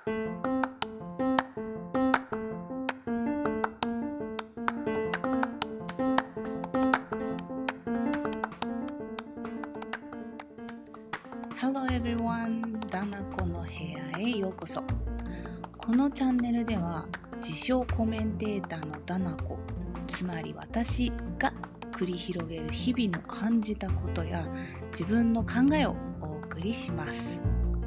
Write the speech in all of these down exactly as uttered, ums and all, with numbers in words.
Hello everyone! ダナコの部屋へようこそ。このチャンネルでは自称コメンテーターのダナコ、つまり私が繰り広げる日々の感じたことや自分の考えをお送りします。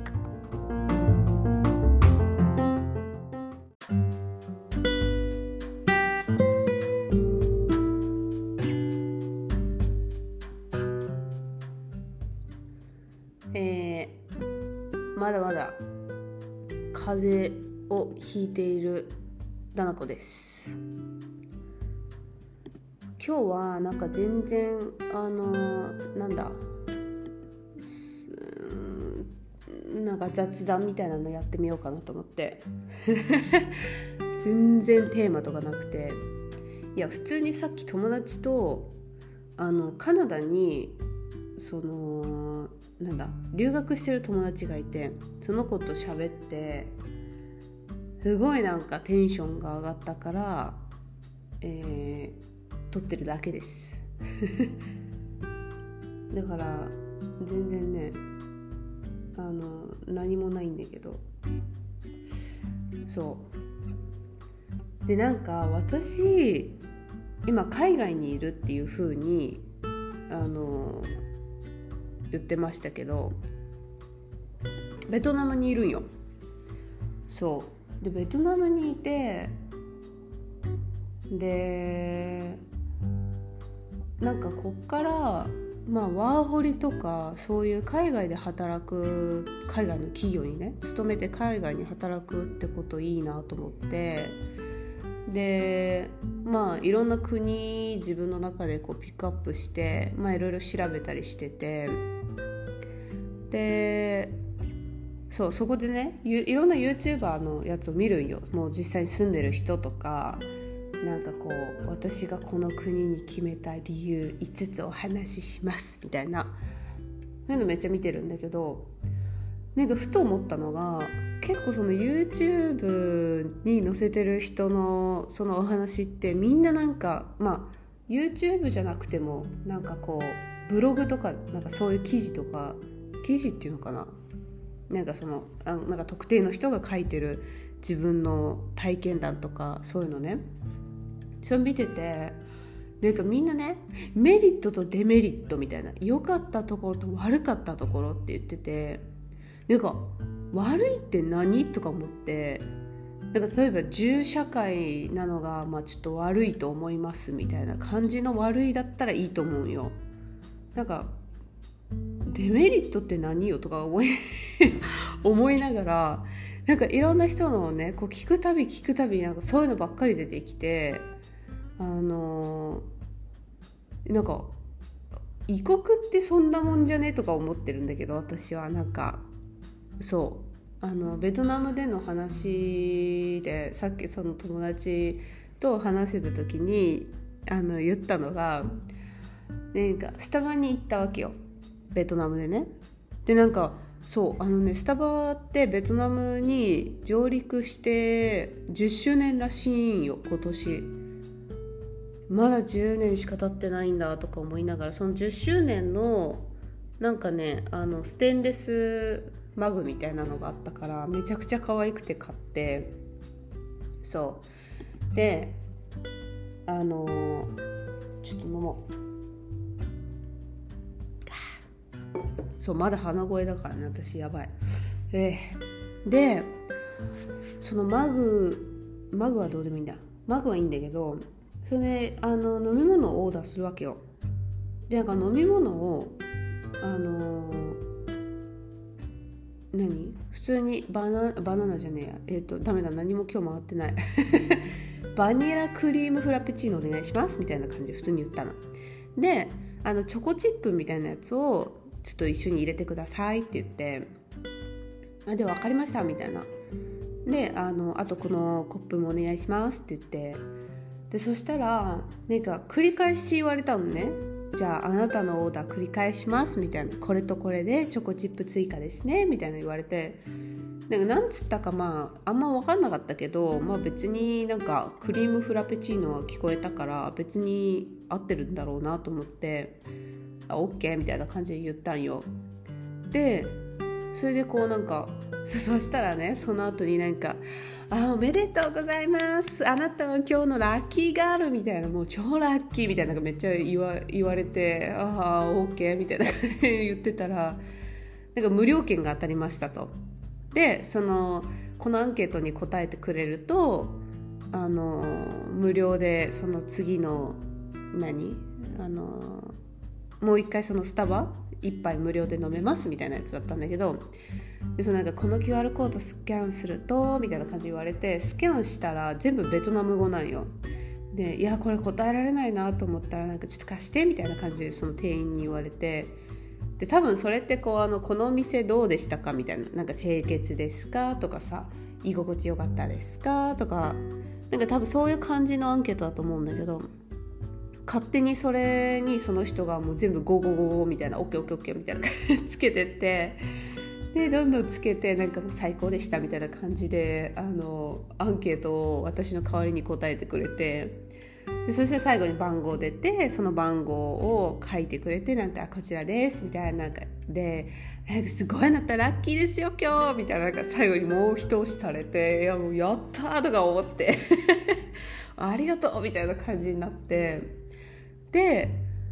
えー、まだまだ風邪をひいているダナコです。今日はなんか全然あのなんだなんか雑談みたいなのやってみようかなと思って全然テーマとかなくて、いや普通にさっき友達とあのカナダにそのなんだ留学してる友達がいて、その子と喋ってすごいなんかテンションが上がったから、えー、撮ってるだけですだから全然ねあの何もないんだけど、そうでなんか私今海外にいるっていう風にあの言ってましたけど、ベトナムにいるんよ。そうでベトナムにいて、でなんかこっからまあワーホリとかそういう海外で働く、海外の企業にね勤めて海外に働くってこといいなと思って、でまあいろんな国自分の中でこうピックアップして、まあいろいろ調べたりしてて、でそうそこでね い, いろんな YouTuber のやつを見るんよ。もう実際に住んでる人とか、なんかこう私がこの国に決めた理由いつつお話ししますみたいな、そういうのめっちゃ見てるんだけど、なんかふと思ったのが、結構その YouTube に載せてる人のそのお話ってみんななんかまあ YouTube じゃなくてもなんかこうブログとかなんかそういう記事とか記事っていうのかな、なんかそのあなんか特定の人が書いてる自分の体験談とかそういうのね、それを見てて、なんかみんなねメリットとデメリットみたいな、良かったところと悪かったところって言ってて、なんか悪いって何とか思って、なんか例えば銃社会なのがまあちょっと悪いと思いますみたいな感じの悪いだったらいいと思うよ。なんかデメリットって何よとか思い思いながら、なんかいろんな人のねこう聞くたび聞くたびなんかそういうのばっかり出てきて、あのー、なんか異国ってそんなもんじゃねとか思ってるんだけど、私はなんかそうあのベトナムでの話でさっきその友達と話してた時にあの言ったのが、なんかスタバに行ったわけよ、ベトナムでね。でなんかそうあのねスタバってベトナムに上陸してじゅっしゅうねんらしいんよ今年。まだじゅうねんしか経ってないんだとか思いながら、そのじゅっしゅうねんのなんかねあのステンレスマグみたいなのがあったからめちゃくちゃ可愛くて買って、そうであのちょっと飲もう。そうまだ鼻声だからね私、やばい。えー、でそのマグマグはどうでもいいんだ、マグはいいんだけど、それであの飲み物をオーダーするわけよ。でなんか飲み物をあの何普通にバナバナナじゃねえやえっ、ー、とダメだ何も今日回ってないバニラクリームフラペチーノお願いしますみたいな感じで普通に言ったので、あのチョコチップみたいなやつをちょっと一緒に入れてくださいって言って、あで分かりましたみたいな、で あのあとこのコップもお願いしますって言って、でそしたらなんか繰り返し言われたのね。じゃああなたのオーダー繰り返しますみたいな、これとこれでチョコチップ追加ですねみたいな言われて、 なんかなんつったかまああんま分かんなかったけど、まあ、別になんかクリームフラペチーノは聞こえたから別に合ってるんだろうなと思って、あ、オッケーみたいな感じで言ったんよ。でそれでこうなんかそ, そしたらね、その後になんかあ、おめでとうございます、あなたは今日のラッキーガールみたいな、もう超ラッキーみたいなのがめっちゃ言 わ, 言われて、ああオッケーみたいな言ってたら、なんか無料券が当たりましたと。でそのこのアンケートに答えてくれると、あの無料でその次の何あのもう一回そのスタバ一杯無料で飲めますみたいなやつだったんだけど、でそのなんかこの キューアール コードスキャンするとみたいな感じで言われて、スキャンしたら全部ベトナム語なんよ。でいやこれ答えられないなと思ったら、なんかちょっと貸してみたいな感じでその店員に言われて、で多分それってこうあのこのお店どうでしたかみたいな、なんか清潔ですかとかさ、居心地よかったですかとか、なんか多分そういう感じのアンケートだと思うんだけど、勝手にそれにその人がもう全部ゴーゴーゴーゴーみたいな、オッケーオッケーオッケーみたいなつけてって、でどんどんつけて、なんかもう最高でしたみたいな感じであのアンケートを私の代わりに答えてくれて、でそして最後に番号出て、その番号を書いてくれて、なんかこちらですみたいな、なんかでなんかすごいあなたラッキーですよ今日みたいな、なんか最後にもう一押しされて、いやもうやったーとか思ってありがとうみたいな感じになって、で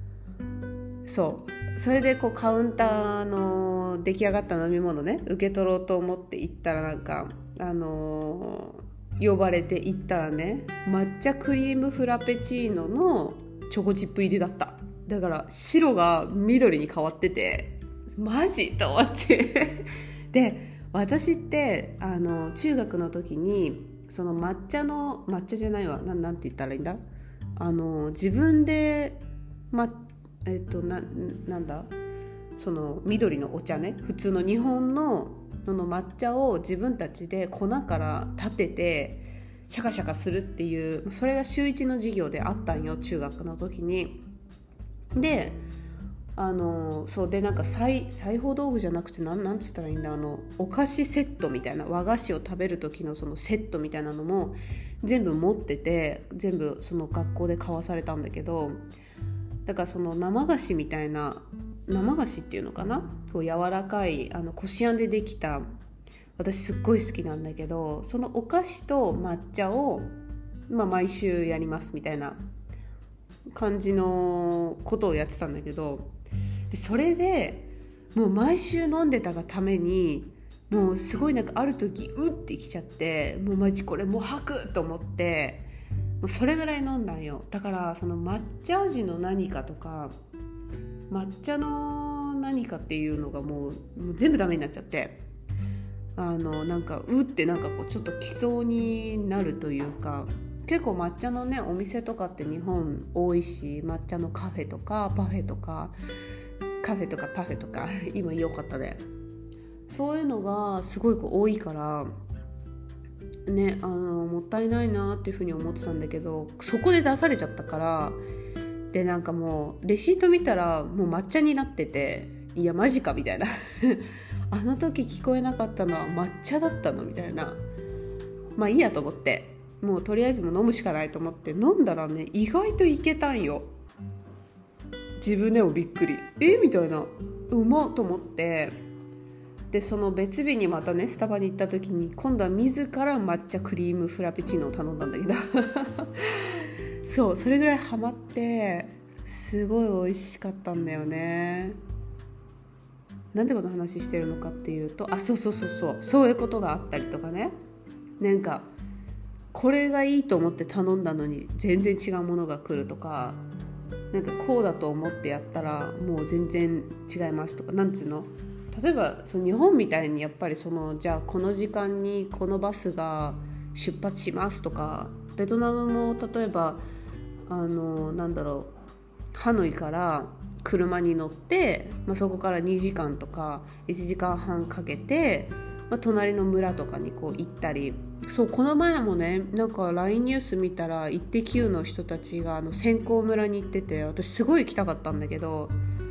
そうそれでこうカウンターの出来上がった飲み物ね、受け取ろうと思って行ったら、なんかあのー、呼ばれて行ったらね、抹茶クリームフラペチーノのチョコチップ入りだった。だから白が緑に変わってて、マジと思ってで私ってあの中学の時にその抹茶の抹茶じゃないわ な, なんて言ったらいいんだ、あの自分で、ま、えっと な, なんだその緑のお茶ね、普通の日本のその抹茶を自分たちで粉から立ててシャカシャカするっていう、それが週一の授業であったんよ、中学の時に。であのそうでなんか裁縫道具じゃなくてなんなんつったらいいんだ、あのお菓子セットみたいな、和菓子を食べる時のそのセットみたいなのも全部持ってて、全部その学校で買わされたんだけど、だからその生菓子みたいな、生菓子っていうのかな、こう柔らかいあのこしあんでできた、私すっごい好きなんだけど、そのお菓子と抹茶を、まあ、毎週やりますみたいな感じのことをやってたんだけど、でそれでもう毎週飲んでたがために、もうすごいなんかある時うってきちゃって、もうマジこれもう吐くと思って、もうそれぐらい飲んだんよ。だからその抹茶味の何かとか抹茶の何かっていうのがもう、もう全部ダメになっちゃって、あのなんかうってなんかこうちょっと来そうになるというか、結構抹茶のねお店とかって日本多いし、抹茶のカフェとかパフェとかカフェとかパフェとか今良かったね、そういうのがすごいこう多いからね、あのもったいないなっていうふうに思ってたんだけど、そこで出されちゃったから、でなんかもうレシート見たらもう抹茶になってて、いやマジかみたいなあの時聞こえなかったのは抹茶だったのみたいな、まあいいやと思って、もうとりあえずもう飲むしかないと思って飲んだらね、意外といけたんよ。自分でもびっくり、えみたいな、うまっと思って、でその別日にまたねスタバに行った時に、今度は自ら抹茶クリームフラペチーノを頼んだんだけどそうそれぐらいハマって、すごい美味しかったんだよね。なんでこの話してるのかっていうと、あそうそうそうそうそういうことがあったりとかね、なんかこれがいいと思って頼んだのに全然違うものが来るとか、なんかこうだと思ってやったらもう全然違いますとか、なんつうの、例えばその日本みたいにやっぱりそのじゃあこの時間にこのバスが出発しますとか、ベトナムも例えばあのなんだろう、ハノイから車に乗って、まあ、そこからにじかんとかいちじかんはんかけて、まあ、隣の村とかにこう行ったり、そうこの前もねなんか ライン ニュース見たらイッテ Q の人たちがあの仙香村に行ってて、私すごい行きたかったんだけど、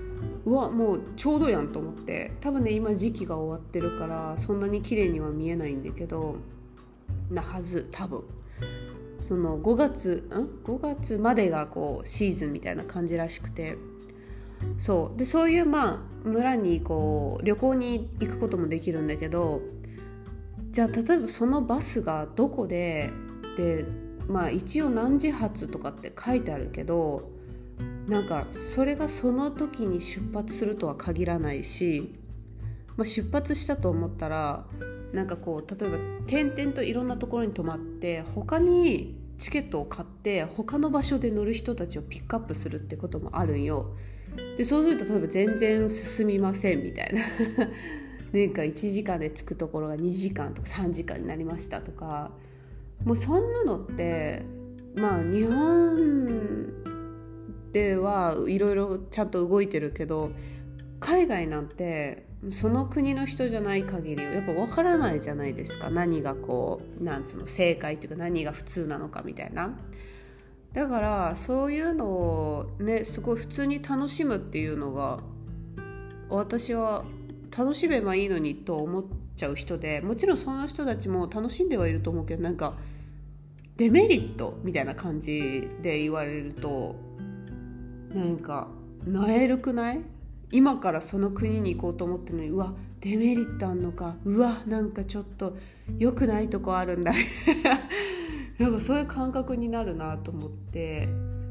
うわもうちょうどやんと思って、多分ね今時期が終わってるからそんなに綺麗には見えないんだけどなはず、多分そのごがつんごがつまでがこうシーズンみたいな感じらしくて、そうでそういうまあ村にこう旅行に行くこともできるんだけど、じゃあ例えばそのバスがどこででまあ一応何時発とかって書いてあるけど、なんかそれがその時に出発するとは限らないし、まあ、出発したと思ったらなんかこう例えば点々といろんなところに泊まって他にチケットを買って他の場所で乗る人たちをピックアップするってこともあるんよ。でそうすると例えば全然進みませんみたいななんかいちじかんで着くところがにじかんとかさんじかんになりましたとか、もうそんなのってまあ日本ではいろいろちゃんと動いてるけど、海外なんてその国の人じゃない限りやっぱ分からないじゃないですか、何がこうなんつうの正解っていうか何が普通なのかみたいな。だからそういうのをねすごい普通に楽しむっていうのが私は楽しめばいいのにと思っちゃう人で、もちろんその人たちも楽しんではいると思うけど、なんかデメリットみたいな感じで言われるとなんかなえるくない？今からその国に行こうと思ってるのに、うわデメリットあんのか、うわなんかちょっと良くないとこあるんだなんかそういう感覚になるなと思って、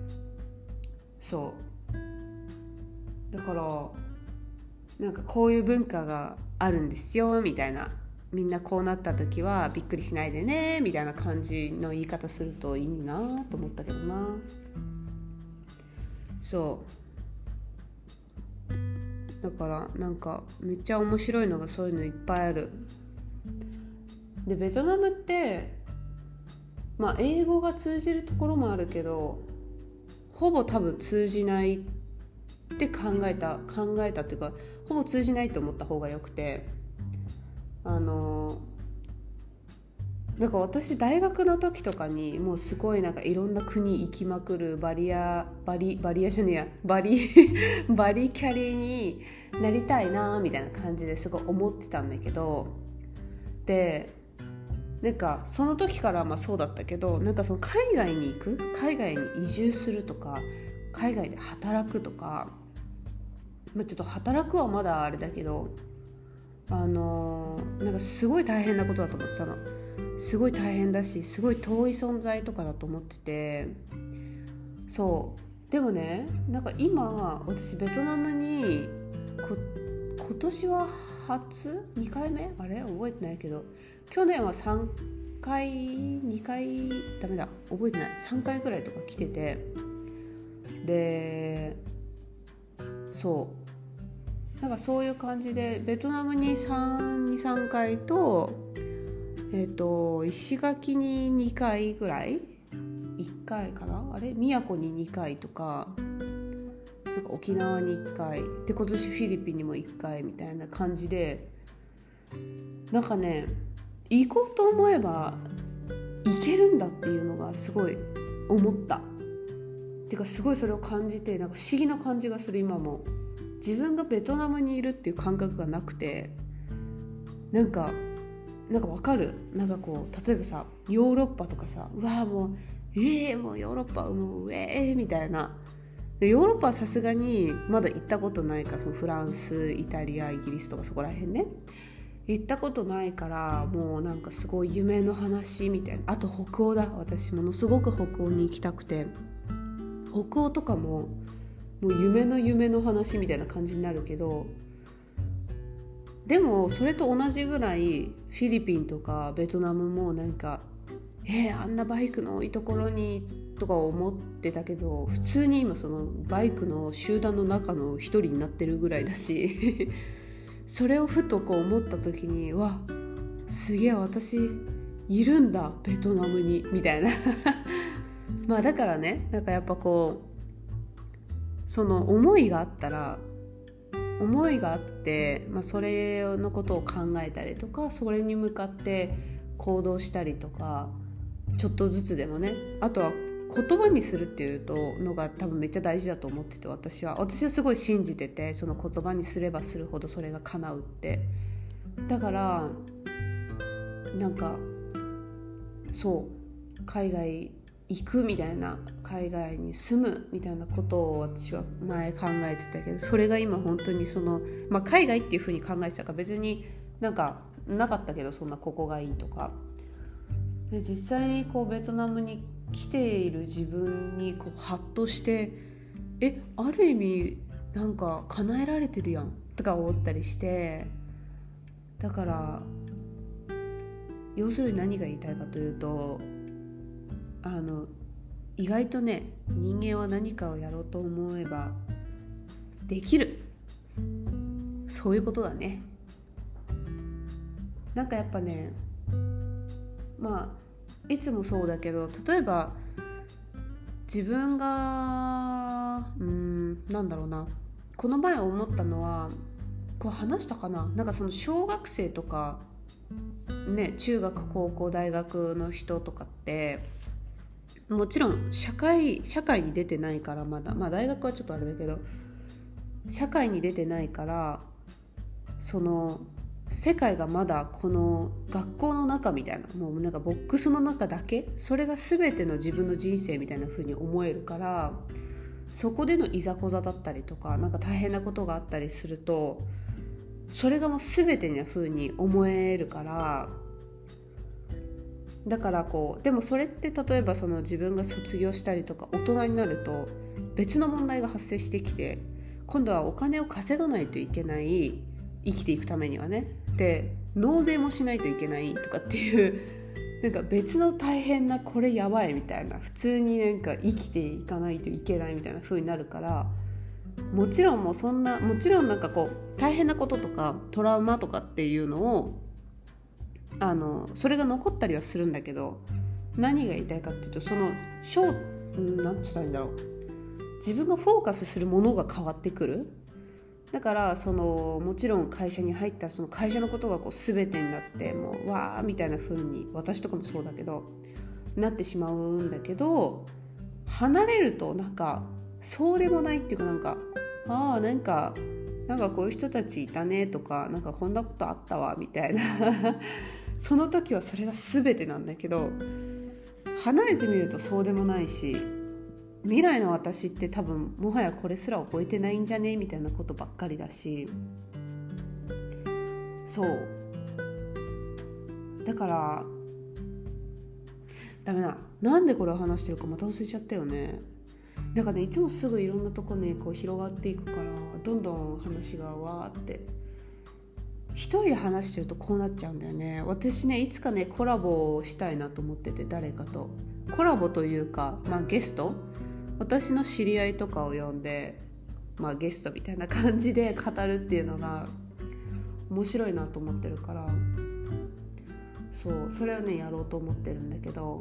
そうだからなんかこういう文化があるんですよみたいな、みんなこうなった時はびっくりしないでねみたいな感じの言い方するといいなと思ったけどな。そうだからなんかめっちゃ面白いのがそういうのいっぱいある。でベトナムってまあ英語が通じるところもあるけどほぼ多分通じないって考えた考えたっていうかほぼ通じないと思った方がよくて、あのなんか私大学の時とかにもうすごいなんかいろんな国行きまくるバリアバリバリアじゃねえやバリバリキャリになりたいなみたいな感じですごい思ってたんだけど、でなんかその時からまあそうだったけど、なんかその海外に行く海外に移住するとか海外で働くとか、まあ、ちょっと働くはまだあれだけどあのなんかすごい大変なことだと思ってたの。すごい大変だしすごい遠い存在とかだと思ってて、そうでもねなんか今私ベトナムにこ今年は初にかいめあれ覚えてないけど去年はさんかいにかいダメだ覚えてないさんかいぐらいとか来てて、でそうなんかそういう感じでベトナムにさん、に、さんかいとえっと石垣ににかいぐらいいっかいかなあれ宮古ににかいとかなんか沖縄にいっかいで今年フィリピンにもいっかいみたいな感じで、なんかね行こうと思えば行けるんだっていうのがすごい思ったてかすごいそれを感じて、なんか不思議な感じがする。今も自分がベトナムにいるっていう感覚がなくて、なんかなんかわかる、なんかこう例えばさヨーロッパとかさ、うわもうえー、もうヨーロッパもうえーみたいな、ヨーロッパはさすがにまだ行ったことないから、そのフランスイタリアイギリスとかそこら辺ね行ったことないから、もうなんかすごい夢の話みたいな。あと北欧だ、私ものすごく北欧に行きたくて、北欧とかももう夢の夢の話みたいな感じになるけど、でもそれと同じぐらいフィリピンとかベトナムもなんかえー、あんなバイクの多いところにとか思ってたけど、普通に今そのバイクの集団の中の一人になってるぐらいだしそれをふとこう思った時に、わすげえ私いるんだベトナムにみたいなまあだからね、なんかやっぱこうその思いがあったら思いがあって、まあ、それのことを考えたりとか、それに向かって行動したりとか、ちょっとずつでもね、あとは言葉にするっていうとのが多分めっちゃ大事だと思ってて、私は私はすごい信じてて、その言葉にすればするほどそれが叶うって。だからなんかそう海外行くみたいな、海外に住むみたいなことを私は前考えてたけど、それが今本当にその、まあ、海外っていう風に考えてたから別になんかなかったけど、そんなここがいいとかで、実際にこうベトナムに来ている自分にこうハッとして、えある意味なんか叶えられてるやんとか思ったりして、だから要するに何が言いたいかというと、あの意外とね、人間は何かをやろうと思えばできる、そういうことだね。なんかやっぱね、まあいつもそうだけど、例えば自分がうーんなんだろうな、この前思ったのは、こう話したかな、なんかその小学生とかね、中学高校大学の人とかってもちろん社会社会に出てないからまだ、まあ大学はちょっとあれだけど、社会に出てないから、その世界がまだこの学校の中みたいな、もうなんかボックスの中だけ、それが全ての自分の人生みたいな風に思えるから、そこでのいざこざだったりとか、なんか大変なことがあったりすると、それがもう全てな風に思えるから、だからこう、でもそれって例えばその自分が卒業したりとか大人になると別の問題が発生してきて、今度はお金を稼がないといけない、生きていくためにはね、で納税もしないといけないとかっていう、なんか別の大変な、これやばいみたいな、普通になんか生きていかないといけないみたいな風になるから、もちろんもうそんなもちろんなんかこう大変なこととかトラウマとかっていうのをあのそれが残ったりはするんだけど、何が言いたいかっていうと、その小なんて言ったらいいんだろう、自分がフォーカスするものが変わってくる。だからそのもちろん会社に入ったら、その会社のことがこう全てになって、もうわーみたいな風に、私とかもそうだけどなってしまうんだけど、離れるとなんかそうでもないっていうか、なんかああなんかなんかこういう人たちいたねとか、なんかこんなことあったわみたいなその時はそれが全てなんだけど、離れてみるとそうでもないし、未来の私って多分もはやこれすら覚えてないんじゃねみたいなことばっかりだし、そうだからダメだ、なんでこれを話してるかまた忘れちゃったよね。だからね、いつもすぐいろんなとこねこう広がっていくから、どんどん話がわーって、一人で話してるとこうなっちゃうんだよね。私ね、いつかねコラボをしたいなと思ってて、誰かとコラボというか、まあゲスト、私の知り合いとかを呼んで、まあゲストみたいな感じで語るっていうのが面白いなと思ってるから、そうそれをねやろうと思ってるんだけど、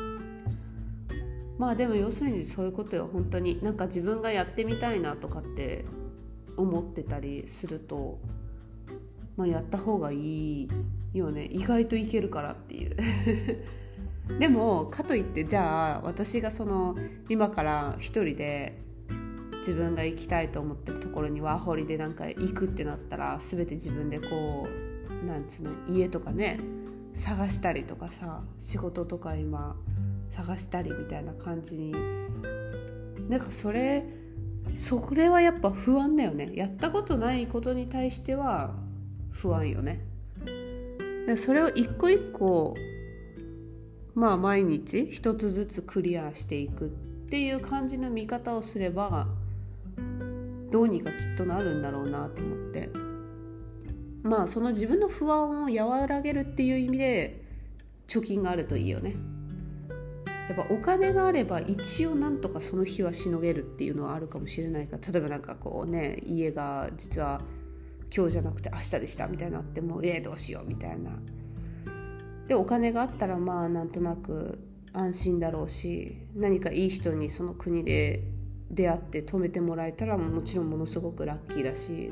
まあでも要するにそういうことよ。本当になんか自分がやってみたいなとかって思ってたりすると、まあ、やった方がいいよね。意外といけるからっていうでもかといって、じゃあ私がその今から一人で自分が行きたいと思ってるところにワーホリでなんか行くってなったら、全て自分でこうなんつうの、家とかね探したりとかさ、仕事とか今探したりみたいな感じに、なんかそれそれはやっぱ不安だよね。やったことないことに対しては不安よね。でそれを一個一個まあ毎日一つずつクリアしていくっていう感じの見方をすれば、どうにかきっとなるんだろうなと思って、まあその自分の不安を和らげるっていう意味で貯金があるといいよね。やっぱお金があれば一応なんとかその日はしのげるっていうのはあるかもしれないから、例えばなんかこうね、家が実は今日じゃなくて明日でしたみたいなっても、えー、どうしようみたいなで、お金があったらまあなんとなく安心だろうし、何かいい人にその国で出会って泊めてもらえたらもちろんものすごくラッキーだし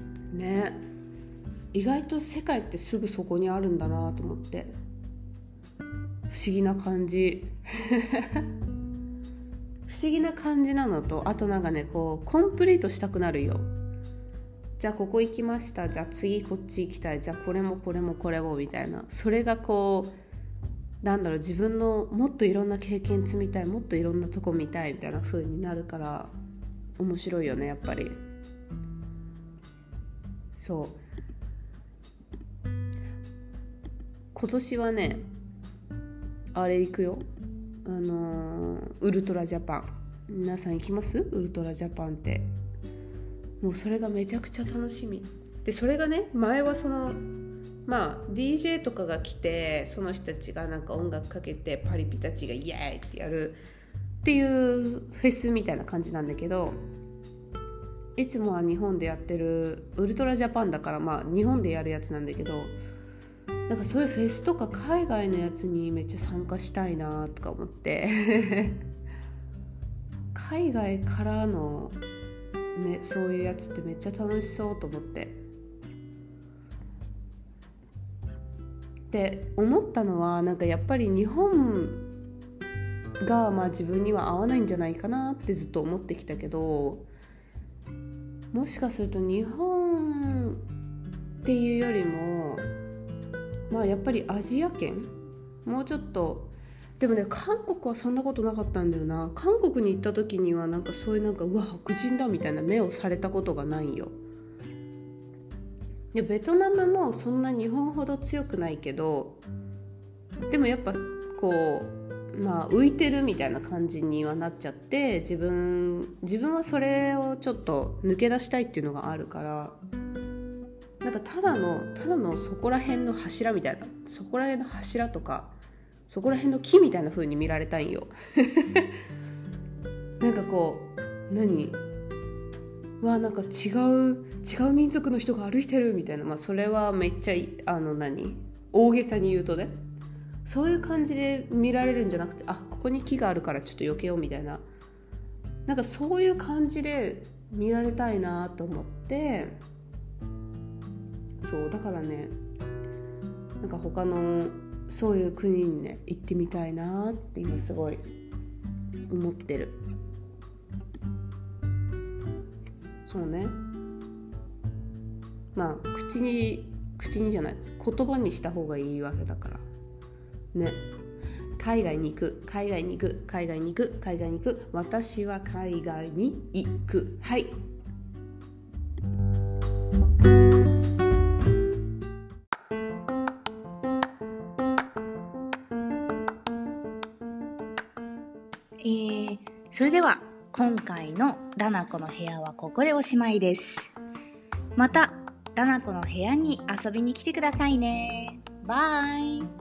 ね。意外と世界ってすぐそこにあるんだなと思って、 不思議な感じ不思議な感じなのと、あとなんかねこうコンプリートしたくなるよ。じゃあここ行きました、じゃあ次こっち行きたい、じゃあこれもこれもこれもみたいな、それがこうなんだろう、自分のもっといろんな経験積みたい、もっといろんなとこ見たいみたいな風になるから面白いよねやっぱり。そう今年はねあれ行くよ、あのー、ウルトラジャパン。皆さん行きます？ウルトラジャパンって。もうそれがめちゃくちゃ楽しみで、それがね前はそのまあ ディージェー とかが来て、その人たちがなんか音楽かけてパリピたちがイエーイってやるっていうフェスみたいな感じなんだけど、いつもは日本でやってるウルトラジャパンだから、まあ日本でやるやつなんだけど、なんかそういうフェスとか海外のやつにめっちゃ参加したいなとか思って海外からのね、そういうやつってめっちゃ楽しそうと思ってで思ったのは、なんかやっぱり日本がまあ自分には合わないんじゃないかなってずっと思ってきたけど、もしかすると日本っていうよりもまあやっぱりアジア圏、もうちょっとでもね、韓国はそんなことなかったんだよな。韓国に行った時にはなんかそういうなんかうわ白人だみたいな目をされたことがないよ。でベトナムもそんな日本ほど強くないけど、でもやっぱこうまあ浮いてるみたいな感じにはなっちゃって、自分自分はそれをちょっと抜け出したいっていうのがあるから、なんかただのただのそこら辺の柱みたいな、そこら辺の柱とかそこら辺の木みたいな風に見られたいんよなんかこう何わなんか違う違う民族の人が歩いてるみたいな、まあそれはめっちゃあの何大げさに言うとね、そういう感じで見られるんじゃなくて、あここに木があるからちょっと避けようみたいな、なんかそういう感じで見られたいなと思って、そうだからね、なんか他のそういう国にね行ってみたいなって今すごい思ってる。そうね、まあ口に口にじゃない言葉にした方がいいわけだからね。海外に行く海外に行く海外に行く海外に行く私は海外に行く。はい、 えー、それでは今回のダナコの部屋はここでおしまいです。またダナコの部屋に遊びに来てくださいね。バイ。